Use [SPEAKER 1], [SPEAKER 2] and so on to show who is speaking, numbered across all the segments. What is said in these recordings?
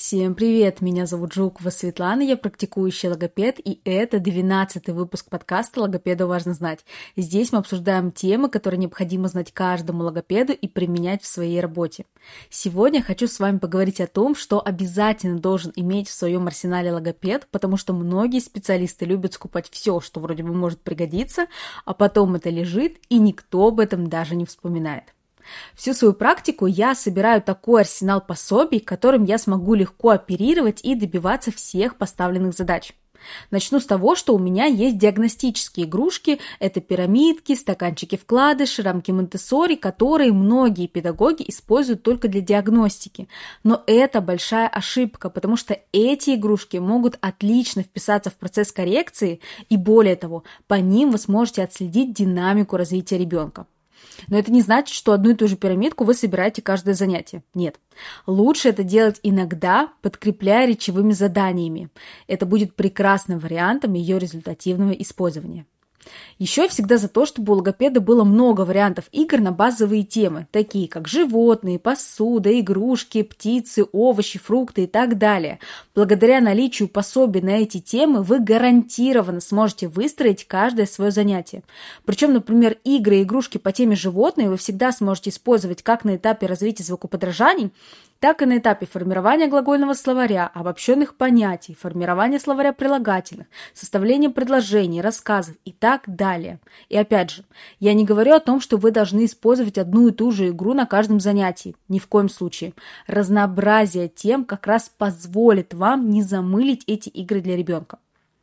[SPEAKER 1] Всем привет! Меня зовут Жукова Светлана, я практикующий логопед, и это 12-й выпуск подкаста «Логопеду важно знать». Здесь мы обсуждаем темы, которые необходимо знать каждому логопеду и применять в своей работе. Сегодня хочу с вами поговорить о том, что обязательно должен иметь в своем арсенале логопед, потому что многие специалисты любят скупать все, что вроде бы может пригодиться, а потом это лежит, и никто об этом даже не вспоминает. Всю свою практику я собираю такой арсенал пособий, которым я смогу легко оперировать и добиваться всех поставленных задач. Начну с того, что у меня есть диагностические игрушки, это пирамидки, стаканчики-вкладыши, рамки Монтессори, которые многие педагоги используют только для диагностики. Но это большая ошибка, потому что эти игрушки могут отлично вписаться в процесс коррекции, и более того, по ним вы сможете отследить динамику развития ребенка. Но это не значит, что одну и ту же пирамидку вы собираете каждое занятие. Нет. Лучше это делать иногда, подкрепляя речевыми заданиями. Это будет прекрасным вариантом ее результативного использования. Еще я всегда за то, чтобы у логопеда было много вариантов игр на базовые темы, такие как животные, посуда, игрушки, птицы, овощи, фрукты и так далее. Благодаря наличию пособий на эти темы вы гарантированно сможете выстроить каждое свое занятие. Причем, например, игры и игрушки по теме животные вы всегда сможете использовать как на этапе развития звукоподражаний, так и на этапе формирования глагольного словаря, обобщенных понятий, формирования словаря прилагательных, составления предложений, рассказов и так далее. И опять же, я не говорю о том, что вы должны использовать одну и ту же игру на каждом занятии. Ни в коем случае. Разнообразие тем как раз позволит вам не замылить эти игры для ребенка.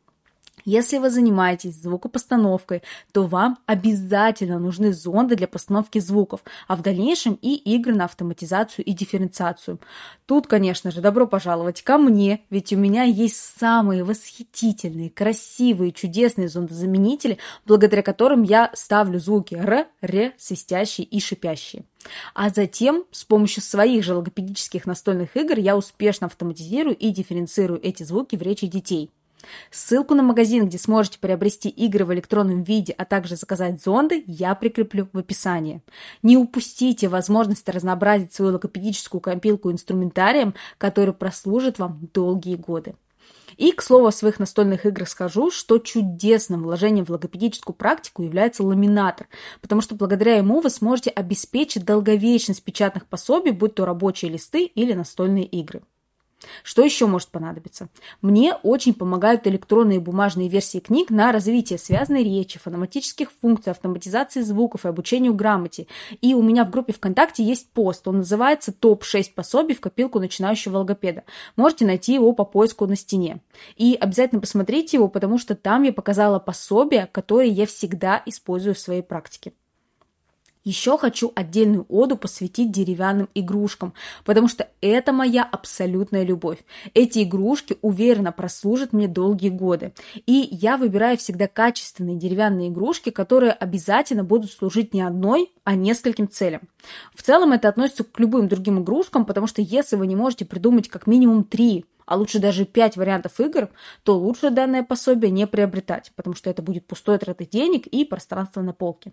[SPEAKER 1] Если вы занимаетесь звукопостановкой, то вам обязательно нужны зонды для постановки звуков, а в дальнейшем и игры на автоматизацию и дифференциацию. Тут, конечно же, добро пожаловать ко мне, ведь у меня есть самые восхитительные, красивые, чудесные зондозаменители, благодаря которым я ставлю звуки р, ре, свистящие и шипящие. А затем с помощью своих же логопедических настольных игр я успешно автоматизирую и дифференцирую эти звуки в речи детей. Ссылку на магазин, где сможете приобрести игры в электронном виде, а также заказать зонды, я прикреплю в описании. Не упустите возможность разнообразить свою логопедическую копилку инструментарием, который прослужит вам долгие годы. И, к слову, о своих настольных играх скажу, что чудесным вложением в логопедическую практику является ламинатор, потому что благодаря ему вы сможете обеспечить долговечность печатных пособий, будь то рабочие листы или настольные игры. Что еще может понадобиться? Мне очень помогают электронные и бумажные версии книг на развитие связанной речи, фонематических функций, автоматизации звуков и обучению грамоте. И у меня в группе ВКонтакте есть пост, он называется «Топ-6 пособий в копилку начинающего логопеда». Можете найти его по поиску на стене. И обязательно посмотрите его, потому что там я показала пособия, которые я всегда использую в своей практике. Еще хочу отдельную оду посвятить деревянным игрушкам, потому что это моя абсолютная любовь. Эти игрушки уверенно прослужат мне долгие годы. И я выбираю всегда качественные деревянные игрушки, которые обязательно будут служить не одной, а нескольким целям. В целом это относится к любым другим игрушкам, потому что если вы не можете придумать как минимум 3, а лучше даже 5 вариантов игр, то лучше данное пособие не приобретать, потому что это будет пустой тратой денег и пространства на полке.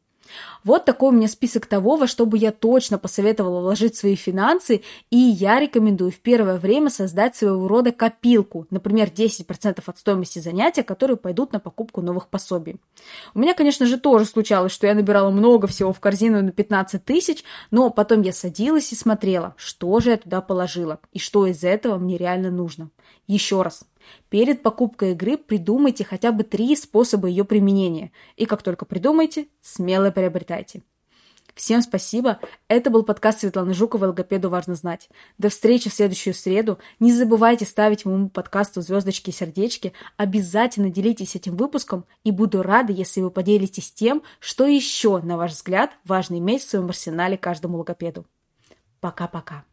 [SPEAKER 1] Вот такой у меня список того, во что бы я точно посоветовала вложить свои финансы, и я рекомендую в первое время создать своего рода копилку, например, 10% от стоимости занятия, которые пойдут на покупку новых пособий. У меня, конечно же, тоже случалось, что я набирала много всего в корзину на 15 тысяч, но потом я садилась и смотрела, что же я туда положила, и что из этого мне реально нужно. Еще раз. Перед покупкой игры придумайте хотя бы 3 способа ее применения. И как только придумаете, смело приобретайте. Всем спасибо. Это был подкаст Светланы Жуковой «Логопеду важно знать». До встречи в следующую среду. Не забывайте ставить моему подкасту звездочки и сердечки. Обязательно делитесь этим выпуском. И буду рада, если вы поделитесь тем, что еще, на ваш взгляд, важно иметь в своем арсенале каждому логопеду. Пока-пока.